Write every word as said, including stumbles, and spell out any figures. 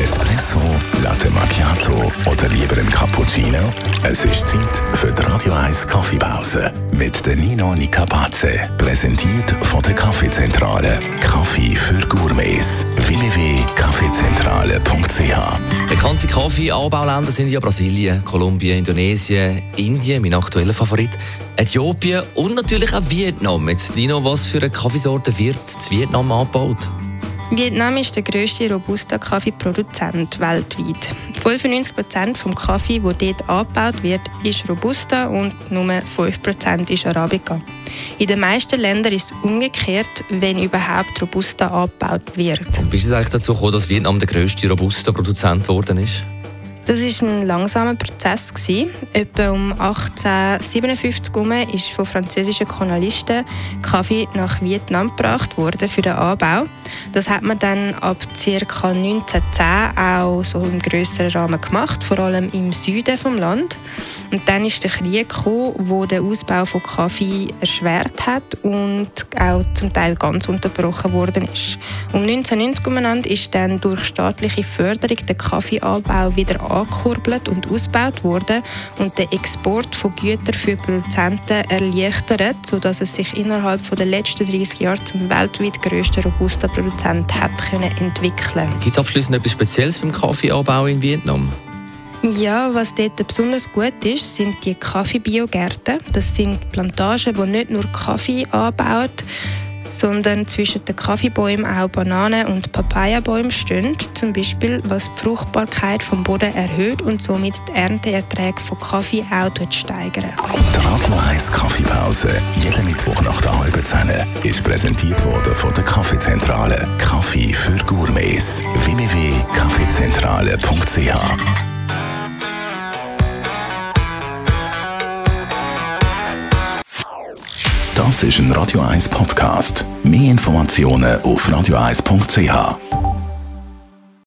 Espresso, Latte Macchiato oder lieber ein Cappuccino? Es ist Zeit für die Radio eins Kaffeepause mit der Nino Nicapace. Präsentiert von der Kaffeezentrale. Kaffee für Gourmets. w w w punkt kaffeezentrale punkt c h. Bekannte Kaffeeanbauländer sind ja Brasilien, Kolumbien, Indonesien, Indien, mein aktueller Favorit, Äthiopien und natürlich auch Vietnam. Jetzt, Nino, was für eine Kaffeesorte wird in Vietnam angebaut? Vietnam ist der grösste Robusta-Kaffeeproduzent weltweit. fünfundneunzig Prozent des Kaffee, der dort angebaut wird, ist Robusta und nur fünf Prozent ist Arabica. In den meisten Ländern ist es umgekehrt, wenn überhaupt Robusta angebaut wird. Und wie ist es eigentlich dazu gekommen, dass Vietnam der grösste Robusta-Produzent geworden ist? Das war ein langsamer Prozess. Etwa um achtzehnhundertsiebenundfünfzig herum ist von französischen Kolonialisten Kaffee nach Vietnam gebracht worden für den Anbau. Das hat man dann ab ca. neunzehnhundertzehn auch so im grösseren Rahmen gemacht, vor allem im Süden des Landes. Und dann ist der Krieg gekommen, der den Ausbau von Kaffee erschwert hat und auch zum Teil ganz unterbrochen worden ist. Um neunzehnhundertneunzig umeinander ist dann durch staatliche Förderung der Kaffeeanbau wieder angekurbelt und ausgebaut worden und der Export von Gütern für Produzenten erleichtert, sodass es sich innerhalb der letzten dreißig Jahre zum weltweit grössten Robusta-Produzent hat können entwickeln. Gibt es abschließend etwas Spezielles beim Kaffeeanbau in Vietnam? Ja, was dort besonders gut ist, sind die Kaffeebiogärten. Das sind Plantagen, die nicht nur Kaffee anbauen, sondern zwischen den Kaffeebäumen auch Bananen- und Papayabäume stehen, zum Beispiel, was die Fruchtbarkeit vom Boden erhöht und somit die Ernteerträge von Kaffee auch steigern. Die Radio eins Kaffeepause, jeden Mittwoch nach der halben Zehn, ist präsentiert worden von der Kaffeezentrale. Kaffee für Gourmets. w w w punkt kaffeezentrale punkt c h. Das ist ein Radio eins Podcast. Mehr Informationen auf radio eins punkt c h.